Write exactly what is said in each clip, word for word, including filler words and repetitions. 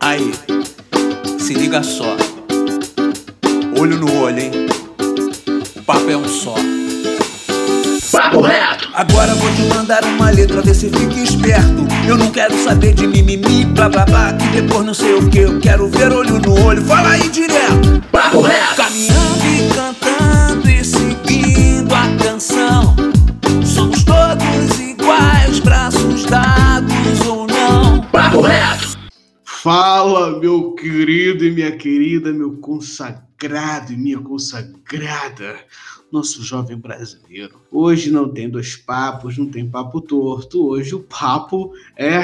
Aí, se liga só. Olho no olho, hein? O papo é um só. Papo reto! Agora vou te mandar uma letra, vê se fica esperto. Eu não quero saber de mimimi, blá blá blá, que depois não sei o que. Eu quero ver olho no olho, fala aí direto. Papo reto! Caminhando e cantando e seguindo a canção. Somos todos iguais, braços dados ou não. Papo reto! Fala, meu querido e minha querida, meu consagrado e minha consagrada, nosso jovem brasileiro. Hoje não tem dois papos, não tem papo torto, hoje o papo é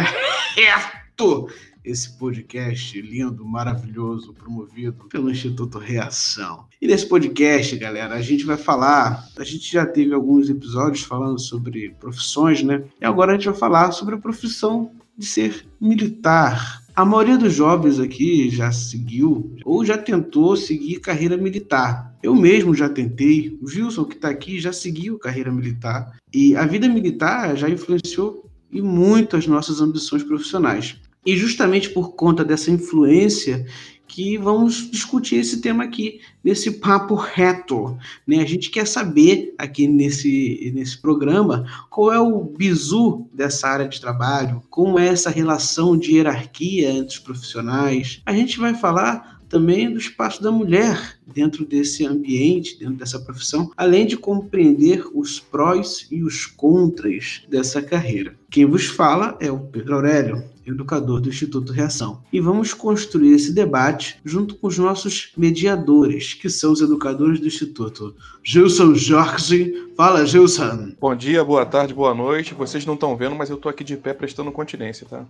reto. Esse podcast lindo, maravilhoso, promovido pelo Instituto Reação. E nesse podcast, galera, a gente vai falar, a gente já teve alguns episódios falando sobre profissões, né? E agora a gente vai falar sobre a profissão de ser militar. A maioria dos jovens aqui já seguiu ou já tentou seguir carreira militar. Eu mesmo já tentei, o Gilson que está aqui já seguiu carreira militar. E a vida militar já influenciou e muito as nossas ambições profissionais. E justamente por conta dessa influência que vamos discutir esse tema aqui, nesse papo reto, né? A gente quer saber aqui nesse, nesse programa qual é o bizu dessa área de trabalho, como é essa relação de hierarquia entre os profissionais. A gente vai falar também do espaço da mulher dentro desse ambiente, dentro dessa profissão, além de compreender os prós e os contras dessa carreira. Quem vos fala é o Pedro Aurélio, educador do Instituto Reação. E vamos construir esse debate junto com os nossos mediadores, que são os educadores do Instituto. Gilson Jorge. Fala, Gilson. Bom dia, boa tarde, boa noite. Vocês não estão vendo, mas eu tô aqui de pé prestando continência, tá?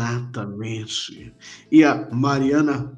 Exatamente. E a Mariana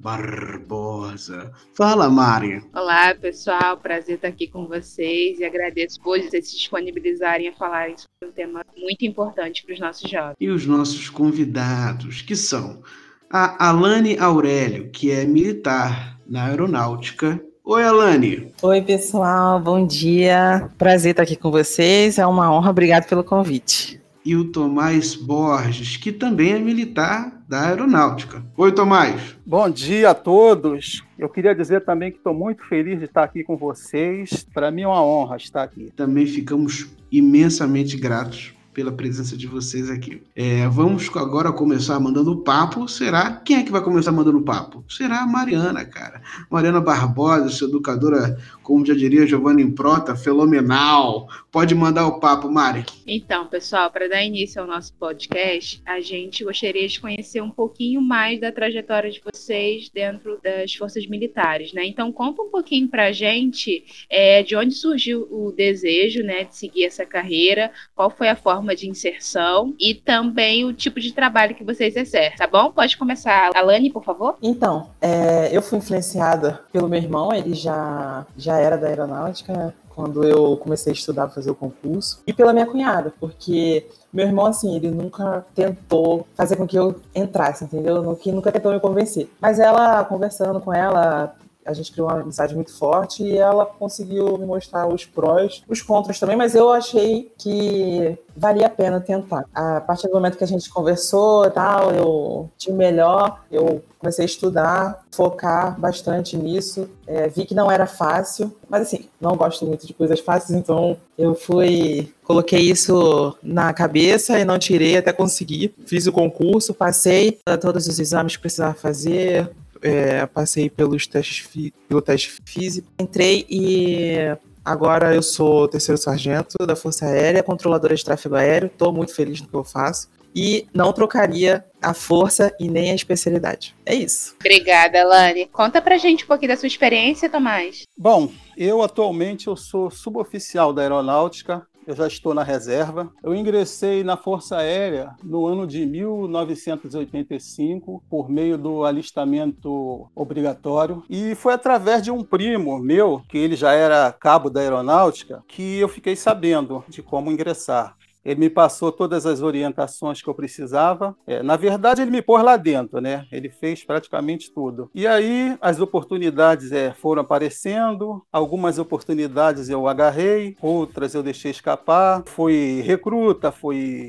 Barbosa. Fala, Mari. Olá, pessoal. Prazer estar aqui com vocês e agradeço por vocês se disponibilizarem a falarem sobre um tema muito importante para os nossos jovens. E os nossos convidados, que são a Alane Aurélio, que é militar na aeronáutica. Oi, Alane. Oi, pessoal. Bom dia. Prazer estar aqui com vocês. É uma honra. Obrigado pelo convite. E o Tomás Borges, que também é militar da aeronáutica. Oi, Tomás. Bom dia a todos. Eu queria dizer também que estou muito feliz de estar aqui com vocês. Para mim é uma honra estar aqui. Também ficamos imensamente gratos pela presença de vocês aqui. É, vamos agora começar mandando papo. Será? Quem é que vai começar mandando papo? Será a Mariana, cara. Mariana Barbosa, sua educadora, como já diria Giovanni Improta, fenomenal. Pode mandar o papo, Mari. Então, pessoal, para dar início ao nosso podcast, a gente gostaria de conhecer um pouquinho mais da trajetória de vocês dentro das forças militares, né? Então, conta um pouquinho pra gente é, de onde surgiu o desejo, né, de seguir essa carreira, qual foi a forma de inserção e também o tipo de trabalho que vocês exercem, tá bom? Pode começar. Alane, por favor. Então, é, eu fui influenciada pelo meu irmão, ele já, já era da aeronáutica, né, quando eu comecei a estudar para fazer o concurso, e pela minha cunhada, porque meu irmão, assim, ele nunca tentou fazer com que eu entrasse, entendeu? Que nunca tentou me convencer. Mas ela, conversando com ela, a gente criou uma amizade muito forte e ela conseguiu me mostrar os prós, os contras também, mas eu achei que valia a pena tentar. A partir do momento que a gente conversou e tal, eu tive melhor, eu comecei a estudar, focar bastante nisso, é, vi que não era fácil, mas assim, não gosto muito de coisas fáceis, então eu fui, coloquei isso na cabeça e não tirei até conseguir. Fiz o concurso, passei todos os exames que precisava fazer, É, passei pelos testes, pelo teste físico, entrei e agora eu sou terceiro sargento da Força Aérea, controladora de tráfego aéreo, estou muito feliz no que eu faço e não trocaria a força e nem a especialidade. É isso. Obrigada, Alane. Conta pra gente um pouquinho da sua experiência, Tomás. Bom, eu atualmente eu sou suboficial da aeronáutica. Eu já estou na reserva. Eu ingressei na Força Aérea no ano de mil novecentos e oitenta e cinco por meio do alistamento obrigatório. E foi através de um primo meu, que ele já era cabo da aeronáutica, que eu fiquei sabendo de como ingressar. Ele me passou todas as orientações que eu precisava. É, na verdade, ele me pôs lá dentro, né? Ele fez praticamente tudo. E aí, as oportunidades é, foram aparecendo. Algumas oportunidades eu agarrei, outras eu deixei escapar. Fui recruta, fui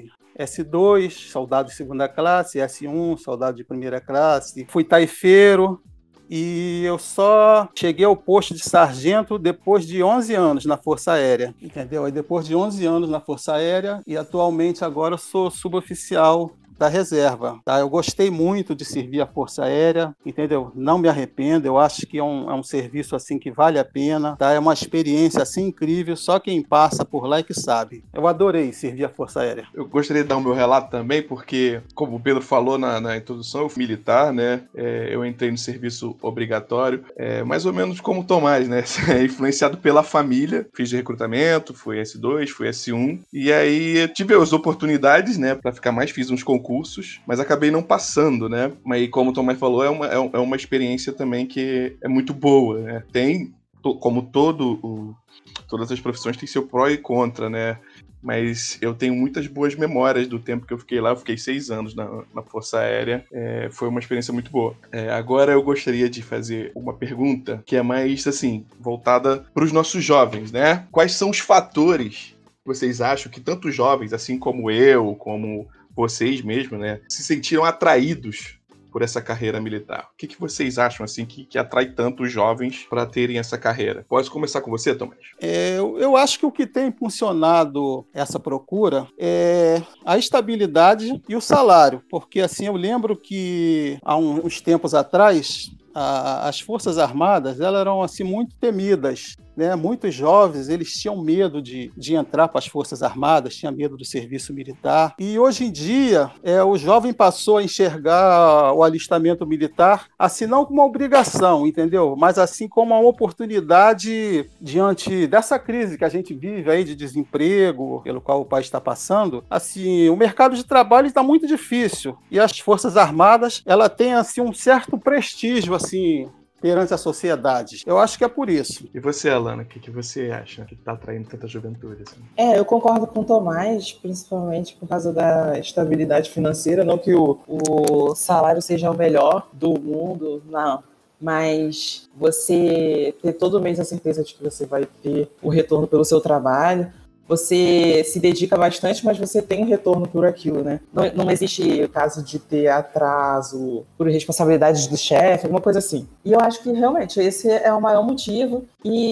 S dois, soldado de segunda classe, S um, soldado de primeira classe, fui taifeiro, e eu só cheguei ao posto de sargento depois de onze anos na Força Aérea, entendeu? Aí depois de onze anos na Força Aérea, e atualmente agora eu sou suboficial da reserva, tá? Eu gostei muito de servir a Força Aérea, entendeu? Não me arrependo, eu acho que é um, é um serviço assim que vale a pena, tá? É uma experiência assim incrível, só quem passa por lá é que sabe. Eu adorei servir a Força Aérea. Eu gostaria de dar o meu relato também, porque, como o Pedro falou na, na introdução, eu fui militar, né? É, eu entrei no serviço obrigatório, é, mais ou menos como o Tomás, né? Influenciado pela família, fiz de recrutamento, fui S dois, fui S um, e aí tive as oportunidades, né, para ficar mais, fiz uns concursos, Cursos, mas acabei não passando, né? Mas como o Tomás falou, é uma, é uma experiência também que é muito boa, né? Tem, to, como todo o, todas as profissões, tem seu pró e contra, né? Mas eu tenho muitas boas memórias do tempo que eu fiquei lá. Eu fiquei seis anos na, na Força Aérea. É, foi uma experiência muito boa. É, agora eu gostaria de fazer uma pergunta que é mais, assim, voltada para os nossos jovens, né? Quais são os fatores que vocês acham que tanto jovens, assim como eu, como vocês mesmo, né, se sentiram atraídos por essa carreira militar? O que, que vocês acham, assim, que, que atrai tanto os jovens para terem essa carreira? Pode começar com você, Tomás. É, eu, eu acho que o que tem impulsionado essa procura é a estabilidade e o salário, porque, assim, eu lembro que há um, uns tempos atrás, a, as Forças Armadas, elas eram, assim, muito temidas, né? Muitos jovens, eles tinham medo de, de entrar para as Forças Armadas, tinham medo do serviço militar. E hoje em dia, é, o jovem passou a enxergar o alistamento militar, assim, não como uma obrigação, entendeu? Mas assim como uma oportunidade diante dessa crise que a gente vive aí de desemprego, pelo qual o país está passando. Assim, o mercado de trabalho está muito difícil. E as Forças Armadas, ela tem, assim, um certo prestígio, assim, perante a sociedade. Eu acho que é por isso. E você, Alana, o que, que você acha que está atraindo tanta juventude? Assim? É, eu concordo com o Tomás, principalmente por causa da estabilidade financeira, não que o, o salário seja o melhor do mundo, não. Mas você ter todo mês a certeza de que você vai ter o retorno pelo seu trabalho, você se dedica bastante, mas você tem um retorno por aquilo, né? Não, não existe o caso de ter atraso por responsabilidades do chefe, alguma coisa assim. E eu acho que realmente esse é o maior motivo,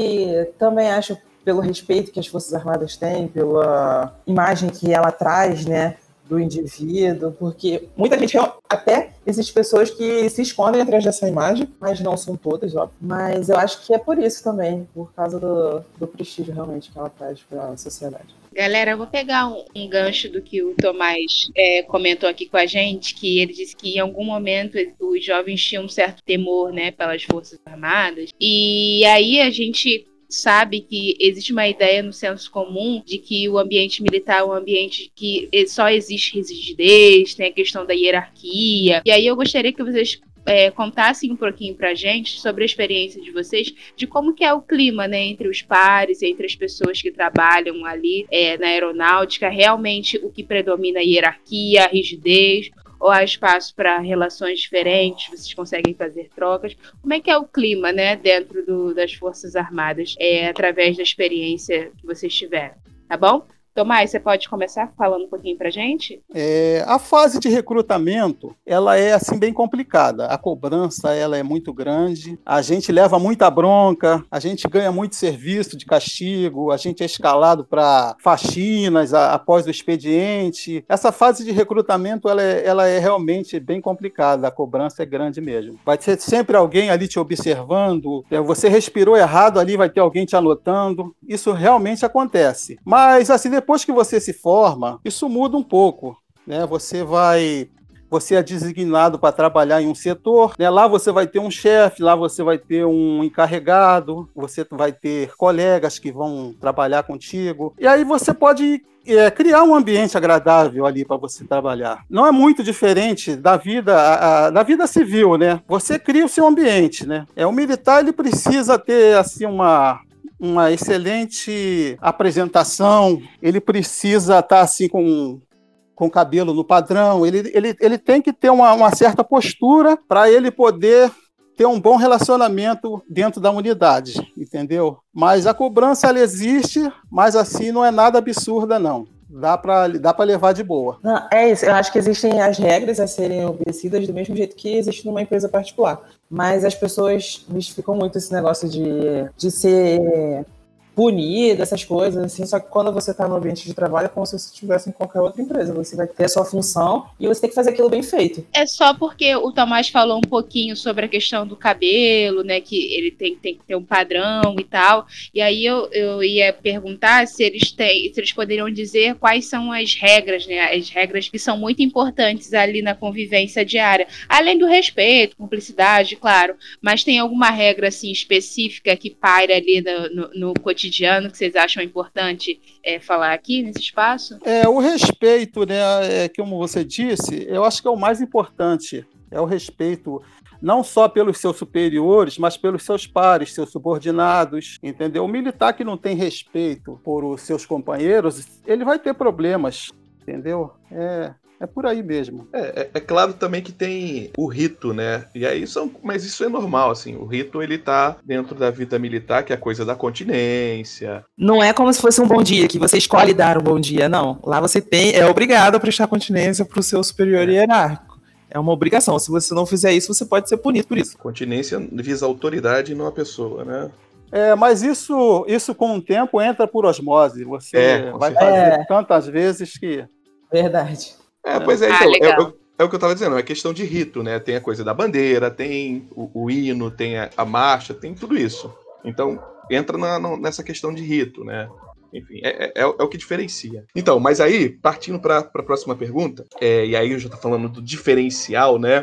e também acho, pelo respeito que as Forças Armadas têm, pela imagem que ela traz, né, do indivíduo, porque muita gente, até existem pessoas que se escondem atrás dessa imagem, mas não são todas, óbvio. Mas eu acho que é por isso também, por causa do, do prestígio realmente que ela traz para a sociedade. Galera, eu vou pegar um, um gancho do que o Tomás é, comentou aqui com a gente, que ele disse que em algum momento os jovens tinham um certo temor, né, pelas Forças Armadas, e aí a gente sabe que existe uma ideia no senso comum de que o ambiente militar é um ambiente que só existe rigidez, tem a questão da hierarquia. E aí eu gostaria que vocês é, contassem um pouquinho pra gente sobre a experiência de vocês, de como que é o clima, né, entre os pares, entre as pessoas que trabalham ali é, na aeronáutica. Realmente o que predomina é a hierarquia, a rigidez, ou há espaço para relações diferentes, vocês conseguem fazer trocas? Como é que é o clima, né, dentro do, das Forças Armadas, é, através da experiência que vocês tiveram, tá bom? Tomás, você pode começar falando um pouquinho pra gente? É, a fase de recrutamento, ela é assim bem complicada. A cobrança, ela é muito grande, a gente leva muita bronca, a gente ganha muito serviço de castigo, a gente é escalado para faxinas a, após o expediente. Essa fase de recrutamento, ela é, ela é realmente bem complicada, a cobrança é grande mesmo. Vai ter sempre alguém ali te observando, você respirou errado ali, vai ter alguém te anotando. Isso realmente acontece. Mas assim, depois que você se forma, isso muda um pouco, né? Você vai, você é designado para trabalhar em um setor, né? Lá você vai ter um chefe, lá você vai ter um encarregado, você vai ter colegas que vão trabalhar contigo, e aí você pode é, criar um ambiente agradável ali para você trabalhar. Não é muito diferente da vida, a, a, da vida civil, né? Você cria o seu ambiente, né? É, o militar, ele precisa ter assim uma uma excelente apresentação, ele precisa estar assim com, com o cabelo no padrão, ele, ele, ele tem que ter uma, uma certa postura para ele poder ter um bom relacionamento dentro da unidade, entendeu? Mas a cobrança, ela existe, mas assim não é nada absurda, não. dá para dá para levar de boa. Não, é isso, eu acho que existem as regras a serem obedecidas do mesmo jeito que existe numa empresa particular. Mas as pessoas mistificam muito esse negócio de, de ser punido, essas coisas, assim, só que quando você está no ambiente de trabalho é como se você estivesse em qualquer outra empresa, você vai ter a sua função e você tem que fazer aquilo bem feito. É só porque o Tomás falou um pouquinho sobre a questão do cabelo, né, que ele tem, tem que ter um padrão e tal, e aí eu, eu ia perguntar se eles têm, se eles poderiam dizer quais são as regras, né, as regras que são muito importantes ali na convivência diária, além do respeito, cumplicidade, claro, mas tem alguma regra, assim, específica que paira ali no, no, no cotidiano que vocês acham importante é, falar aqui nesse espaço? É, o respeito, né, é, como você disse, eu acho que é o mais importante, é o respeito não só pelos seus superiores, mas pelos seus pares, seus subordinados, entendeu? O militar que não tem respeito por os seus companheiros, ele vai ter problemas, entendeu? É... É por aí mesmo. É, é, é claro também que tem o rito, né? E aí são, mas isso é normal, assim. O rito, ele tá dentro da vida militar, que é a coisa da continência. Não é como se fosse um bom dia, que você escolhe dar um bom dia, não. Lá você tem, é obrigado a prestar continência pro seu superior É. hierárquico. É uma obrigação. Se você não fizer isso, você pode ser punido por isso. Continência visa a autoridade e não a pessoa, né? É, mas isso, isso com o tempo entra por osmose. Você É, com vai certeza. fazer É. tantas vezes que... Verdade. É, pois é, Ah, então, é, legal. é, é o que eu tava dizendo, é questão de rito, né? Tem a coisa da bandeira, tem o, o hino, tem a, a marcha, tem tudo isso. Então, entra na, no, nessa questão de rito, né? Enfim, é, é, é o que diferencia. Então, mas aí, partindo para a próxima pergunta, é, e aí eu já tô falando do diferencial, né?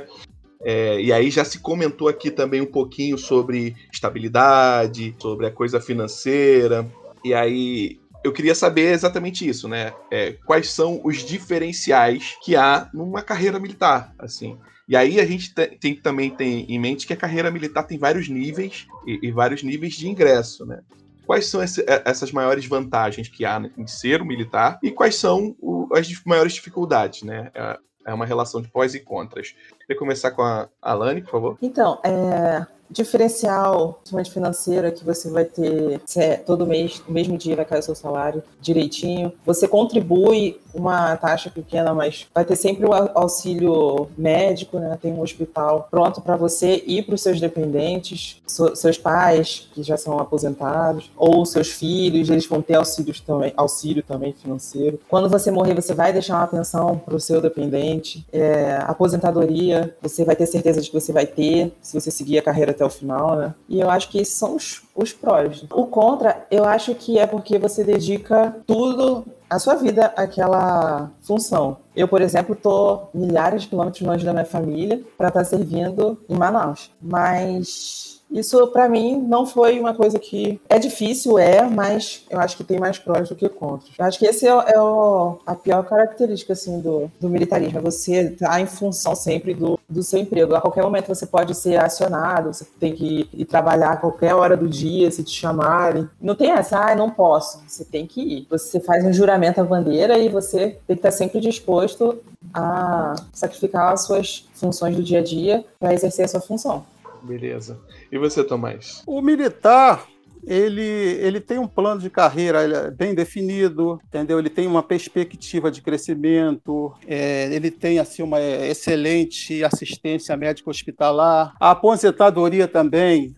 É, e aí já se comentou aqui também um pouquinho sobre estabilidade, sobre a coisa financeira, e aí... Eu queria saber exatamente isso, né? É, quais são os diferenciais que há numa carreira militar, assim. E aí a gente tem, tem, também tem em mente que a carreira militar tem vários níveis e, e vários níveis de ingresso, né? Quais são esse, essas maiores vantagens que há em ser um militar e quais são o, as maiores dificuldades, né? É, é uma relação de pós e contras. Queria começar com a Alane, por favor. Então, é... diferencial, principalmente financeiro, é que você vai ter é, todo mês, no mesmo dia vai cair o seu salário direitinho. Você contribui uma taxa pequena, mas vai ter sempre o auxílio médico, né? Tem um hospital pronto para você e para os seus dependentes, so, seus pais que já são aposentados, ou seus filhos, eles vão ter auxílios também, auxílio também financeiro. Quando você morrer, você vai deixar uma pensão para o seu dependente. É, aposentadoria, você vai ter certeza de que você vai ter, se você seguir a carreira até o final, né? E eu acho que esses são os, os prós. O contra, eu acho que é porque você dedica tudo, a sua vida, àquela função. Eu, por exemplo, estou milhares de quilômetros longe da minha família para estar servindo em Manaus. Mas isso, para mim, não foi uma coisa que... É difícil, é, mas eu acho que tem mais prós do que contras. Eu acho que esse é, é o, a pior característica, assim, do, do militarismo. É você estar em função sempre do, do seu emprego. A qualquer momento você pode ser acionado, você tem que ir, ir trabalhar a qualquer hora do dia, se te chamarem. Não tem essa, ah, não posso. Você tem que ir. Você faz um juramento à bandeira e você tem que estar sempre disposto a sacrificar as suas funções do dia a dia para exercer a sua função. Beleza. E você, Tomás? O militar, ele, ele tem um plano de carreira bem definido, entendeu? Ele tem uma perspectiva de crescimento, é, ele tem assim, uma excelente assistência médica hospitalar. A aposentadoria também,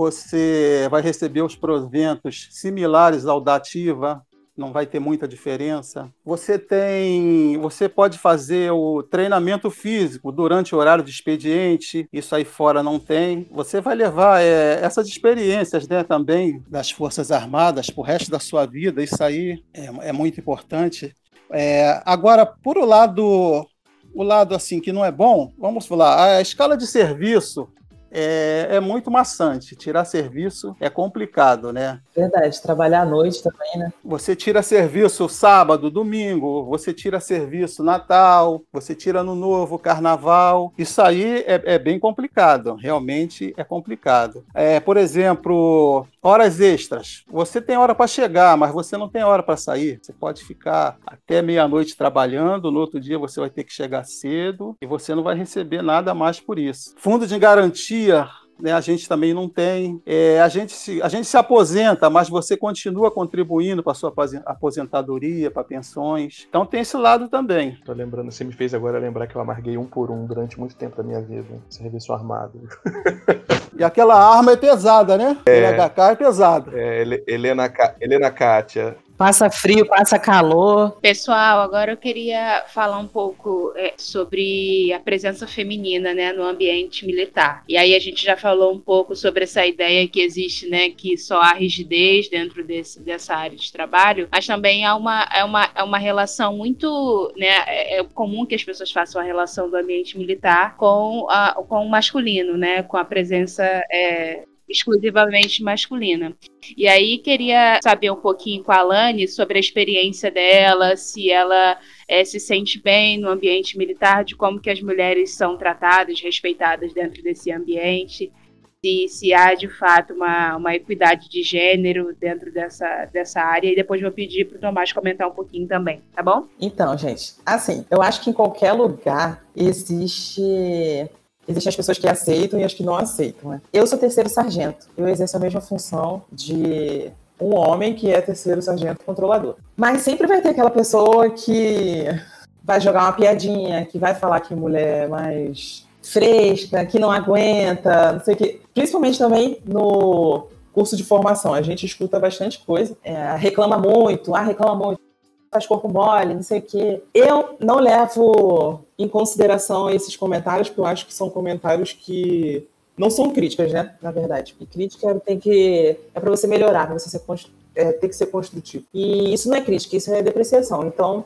você vai receber os proventos similares ao da ativa, não vai ter muita diferença. Você tem, você pode fazer o treinamento físico durante o horário de expediente, isso aí fora não tem. Você vai levar é, essas experiências, né, também das Forças Armadas para o resto da sua vida, isso aí é, é muito importante. É, agora, por o lado, o lado assim que não é bom, vamos falar, a escala de serviço É, é muito maçante. Tirar serviço é complicado, né? Verdade, trabalhar à noite também, né? Você tira serviço sábado, domingo, você tira serviço Natal, você tira Ano Novo, Carnaval. Isso aí é, é bem complicado, realmente é complicado. É, por exemplo, horas extras. Você tem hora para chegar, mas você não tem hora para sair. Você pode ficar até meia-noite trabalhando, no outro dia você vai ter que chegar cedo e você não vai receber nada mais por isso. Fundo de garantia né, a gente também não tem. É, a, gente se, a gente se aposenta, mas você continua contribuindo para a sua aposentadoria, para pensões. Então tem esse lado também. Tô lembrando, você me fez agora lembrar que eu amarguei um por um durante muito tempo da minha vida. Serviço armado. E aquela arma é pesada, né? É, N H K é pesada. É, Helena, Helena Kátia. Passa frio, passa calor. Pessoal, agora eu queria falar um pouco é, sobre a presença feminina, né, no ambiente militar. E aí a gente já falou um pouco sobre essa ideia que existe, né, que só há rigidez dentro desse, dessa área de trabalho, mas também há uma, é uma, é uma relação muito, né, é comum que as pessoas façam a relação do ambiente militar com, a, com o masculino, né, com a presença é, exclusivamente masculina. E aí queria saber um pouquinho com a Alane sobre a experiência dela, se ela é, se sente bem no ambiente militar, de como que as mulheres são tratadas, respeitadas dentro desse ambiente, se, se há de fato uma, uma equidade de gênero dentro dessa, dessa área, e depois vou pedir para o Tomás comentar um pouquinho também, tá bom? Então, gente, assim, eu acho que em qualquer lugar existe... Existem as pessoas que aceitam e as que não aceitam, né? Eu sou terceiro sargento. Eu exerço a mesma função de um homem que é terceiro sargento controlador. Mas sempre vai ter aquela pessoa que vai jogar uma piadinha, que vai falar que mulher é mais fresca, que não aguenta, não sei o quê. Principalmente também no curso de formação. A gente escuta bastante coisa. É, reclama muito, ah, reclama muito. Faz corpo mole, não sei o quê. Eu não levo em consideração esses comentários, porque eu acho que são comentários que não são críticas, né? Na verdade. E crítica tem que... é para você melhorar, para você ser constru... é, tem que ser construtivo. E isso não é crítica, isso é depreciação. Então,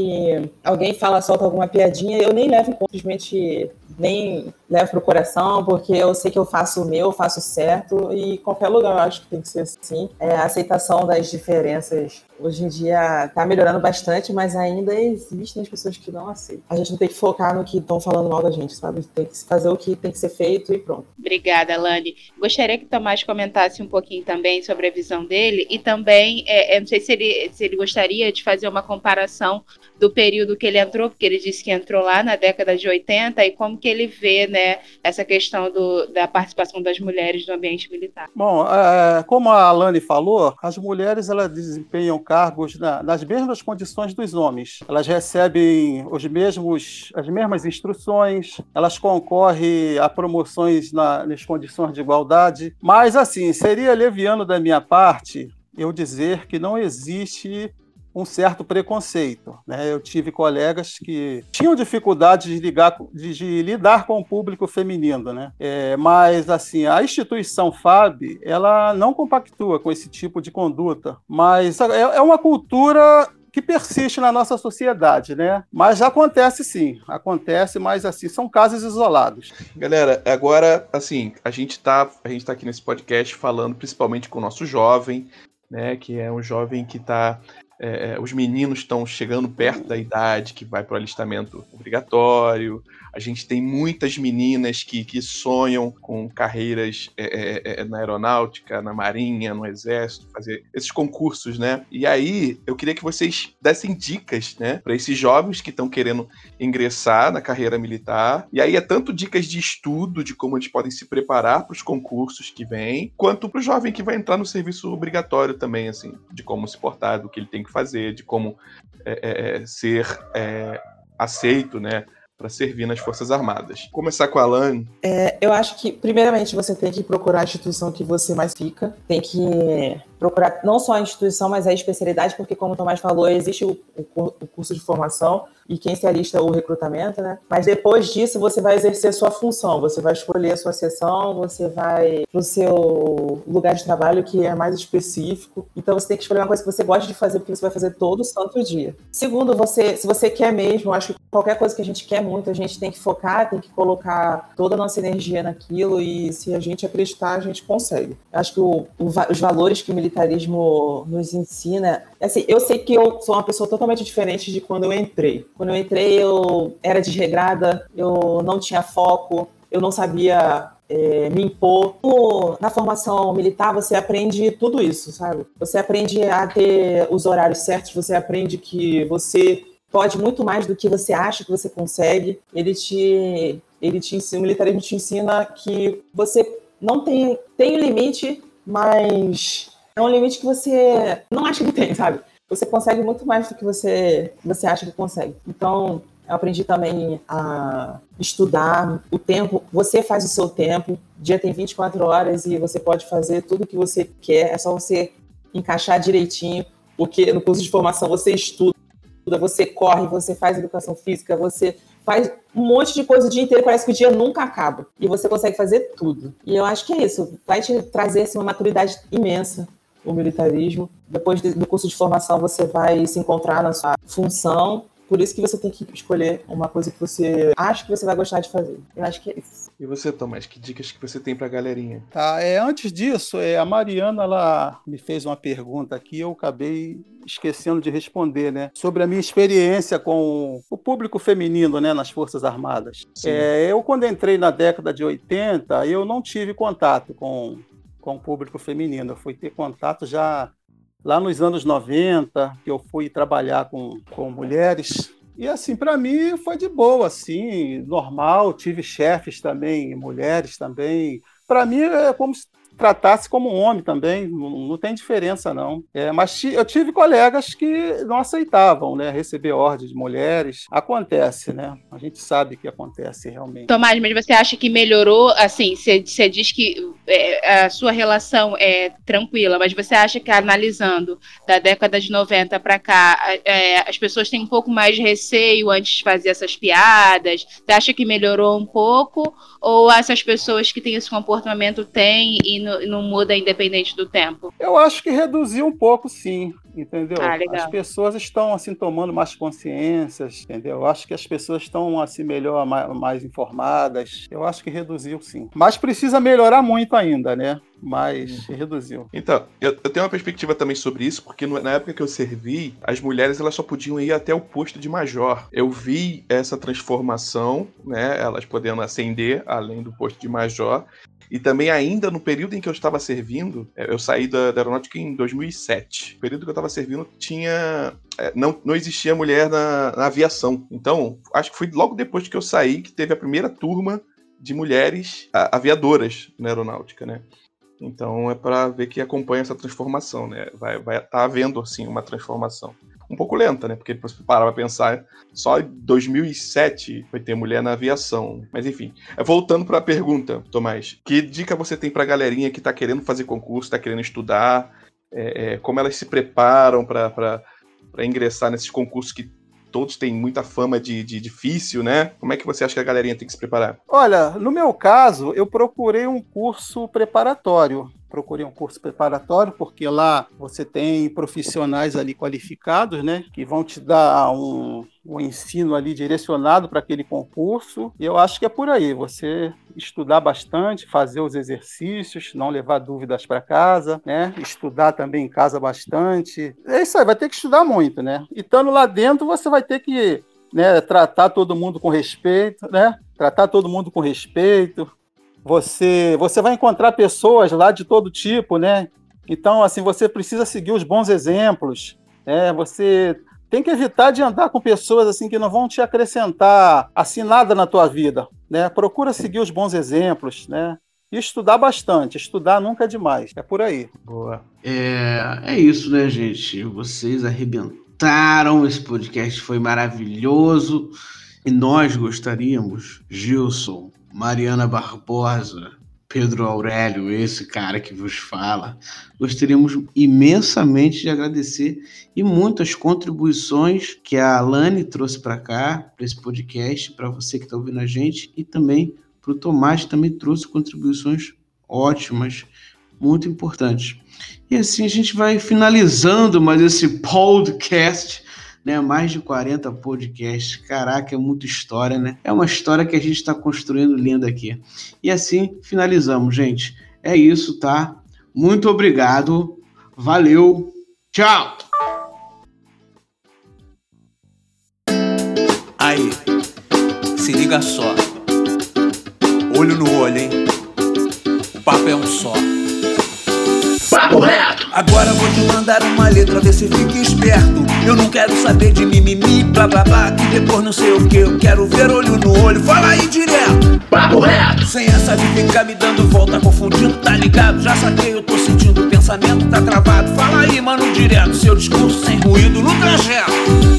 se alguém fala, solta alguma piadinha, eu nem levo em conta, simplesmente nem levo pro coração, porque eu sei que eu faço o meu, eu faço certo, e qualquer lugar eu acho que tem que ser assim. É, a aceitação das diferenças hoje em dia está melhorando bastante, mas ainda existem as pessoas que não aceitam. A gente não tem que focar no que estão falando mal da gente, sabe? Tem que fazer o que tem que ser feito e pronto. Obrigada, Alane. Gostaria que o Tomás comentasse um pouquinho também sobre a visão dele, e também, é, eu não sei se ele, se ele gostaria de fazer uma comparação do período que ele entrou, porque ele disse que entrou lá na década de oitenta, e como que ele vê, né, essa questão do, da participação das mulheres no ambiente militar. Bom, é, como a Alane falou, as mulheres elas desempenham cargos na, nas mesmas condições dos homens. Elas recebem os mesmos, as mesmas instruções, elas concorrem a promoções na, nas condições de igualdade, mas, assim, seria leviano da minha parte eu dizer que não existe um certo preconceito, né? Eu tive colegas que tinham dificuldade de, ligar, de, de lidar com o público feminino, né? É, mas, assim, a instituição F A B, ela não compactua com esse tipo de conduta, mas é, é uma cultura que persiste na nossa sociedade, né? Mas acontece sim, acontece, mas assim, são casos isolados. Galera, agora, assim, a gente tá, a gente tá aqui nesse podcast falando principalmente com o nosso jovem, né? Que é um jovem que tá... É, os meninos estão chegando perto da idade que vai para o alistamento obrigatório. A gente tem muitas meninas que, que sonham com carreiras é, é, na aeronáutica, na marinha, no exército, fazer esses concursos, né? E aí, eu queria que vocês dessem dicas, né, para esses jovens que estão querendo ingressar na carreira militar. E aí é tanto dicas de estudo, de como eles podem se preparar para os concursos que vêm, quanto para o jovem que vai entrar no serviço obrigatório também, assim, de como se portar, do que ele tem que fazer, de como é, é, ser é, aceito, né, para servir nas Forças Armadas. Vou começar com a Alane. É, eu acho que, primeiramente, você tem que procurar a instituição que você mais fica. Tem que procurar não só a instituição, mas a especialidade, porque, como o Tomás falou, existe o, o, o curso de formação e quem se alista o recrutamento, né? Mas depois disso, você vai exercer a sua função. Você vai escolher a sua seção, você vai pro seu lugar de trabalho, que é mais específico. Então, você tem que escolher uma coisa que você gosta de fazer, porque você vai fazer todo santo dia. Segundo, você, se você quer mesmo, acho que qualquer coisa que a gente quer muito, a gente tem que focar, tem que colocar toda a nossa energia naquilo, e se a gente acreditar, a gente consegue. Acho que o, o, os valores que o militarismo nos ensina... Assim, eu sei que eu sou uma pessoa totalmente diferente de quando eu entrei. Quando eu entrei, eu era desregrada, eu não tinha foco, eu não sabia é, me impor. Na formação militar, você aprende tudo isso, sabe? Você aprende a ter os horários certos, você aprende que você pode muito mais do que você acha que você consegue. Ele te, ele te ensina, o militarismo te ensina que você não tem, tem um limite, mas é um limite que você não acha que tem, sabe? Você consegue muito mais do que você, você acha que consegue. Então, eu aprendi também a estudar o tempo. Você faz o seu tempo. O dia tem vinte e quatro horas e você pode fazer tudo o que você quer. É só você encaixar direitinho, porque no curso de formação você estuda, você corre, você faz educação física, você faz um monte de coisa o dia inteiro, parece que o dia nunca acaba. E você consegue fazer tudo. E eu acho que é isso. Vai te trazer assim, uma maturidade imensa, o militarismo. Depois do curso de formação, você vai se encontrar na sua função. Por isso que você tem que escolher uma coisa que você acha que você vai gostar de fazer. Eu acho que é isso. E você, Tomás, que dicas que você tem pra galerinha? Tá, é, antes disso, é, a Mariana ela me fez uma pergunta aqui, eu acabei esquecendo de responder, né? Sobre a minha experiência com o público feminino, né, nas Forças Armadas. É, eu, quando entrei na década de oitenta, eu não tive contato com, com o público feminino. Eu fui ter contato já lá nos anos noventa, que eu fui trabalhar com, com mulheres. E, assim, para mim foi de boa, assim, normal. Tive chefes também, mulheres também. Para mim é como se tratasse como um homem também, não, não tem diferença, não. É, mas eu tive colegas que não aceitavam, né, receber ordens de mulheres. Acontece, né? A gente sabe que acontece realmente. Tomás, mas você acha que melhorou? Assim, você, você diz que é, a sua relação é tranquila, mas você acha que, analisando da década de noventa para cá, é, as pessoas têm um pouco mais de receio antes de fazer essas piadas? Você acha que melhorou um pouco? Ou essas pessoas que têm esse comportamento têm e não, não muda independente do tempo? Eu acho que reduziu um pouco, sim, entendeu? Ah, legal. As pessoas estão, assim, tomando mais consciências, entendeu? Eu acho que as pessoas estão, assim, melhor, mais, mais informadas. Eu acho que reduziu, sim. Mas precisa melhorar muito ainda, né? Mas reduziu. Então, eu, eu tenho uma perspectiva também sobre isso, porque no, na época que eu servi, as mulheres elas só podiam ir até o posto de major. Eu vi essa transformação, né? Elas podendo ascender além do posto de major. E também ainda no período em que eu estava servindo, eu saí da, da aeronáutica em dois mil e sete. No período que eu estava servindo, tinha... Não, não existia mulher na, na aviação. Então, acho que foi logo depois que eu saí que teve a primeira turma de mulheres aviadoras na aeronáutica, né? Então é para ver que acompanha essa transformação, né? Vai vai tá havendo assim uma transformação. Um pouco lenta, né? Porque depois você parar pra pensar, só em dois mil e sete foi ter mulher na aviação. Mas enfim, voltando para a pergunta, Tomás, que dica você tem pra galerinha que tá querendo fazer concurso, tá querendo estudar, é, é, como elas se preparam para ingressar nesses concursos que todos têm muita fama de, de difícil, né? Como é que você acha que a galerinha tem que se preparar? Olha, no meu caso, eu procurei um curso preparatório. Procurei um curso preparatório, porque lá você tem profissionais ali qualificados, né? Que vão te dar um, um ensino ali direcionado para aquele concurso. E eu acho que é por aí. Você estudar bastante, fazer os exercícios, não levar dúvidas para casa, né? Estudar também em casa bastante. É isso aí, vai ter que estudar muito, né? E estando lá dentro, você vai ter que, né, tratar todo mundo com respeito, né? Tratar todo mundo com respeito. Você, você vai encontrar pessoas lá de todo tipo, né? Então, assim, você precisa seguir os bons exemplos, né? Você tem que evitar de andar com pessoas assim que não vão te acrescentar assim nada na tua vida, né? Procura seguir os bons exemplos, né? E estudar bastante. Estudar nunca é demais. É por aí. Boa. É, é isso, né, gente? Vocês arrebentaram. Esse podcast foi maravilhoso. E nós gostaríamos, Gilson, Mariana Barbosa, Pedro Aurélio, esse cara que vos fala, gostaríamos imensamente de agradecer e muitas contribuições que a Alane trouxe para cá, para esse podcast, para você que está ouvindo a gente, e também para o Tomás, que também trouxe contribuições ótimas, muito importantes. E assim a gente vai finalizando mais esse podcast, né? Mais de quarenta podcasts. Caraca, é muita história, né? É uma história que a gente está construindo linda aqui. E assim finalizamos, gente. É isso, tá? Muito obrigado. Valeu. Tchau. Aí, se liga só. Olho no olho, hein? O papo é um só. Papo reto! Agora vou te mandar uma letra, vê se fica esperto. Eu não quero saber de mimimi, blá blá blá, que depois não sei o que. Eu quero ver olho no olho, fala aí direto. Papo reto. Sem essa de ficar me dando volta, confundindo, tá ligado? Já saquei, eu tô sentindo, o pensamento tá travado. Fala aí, mano, direto, seu discurso sem ruído no trajeto.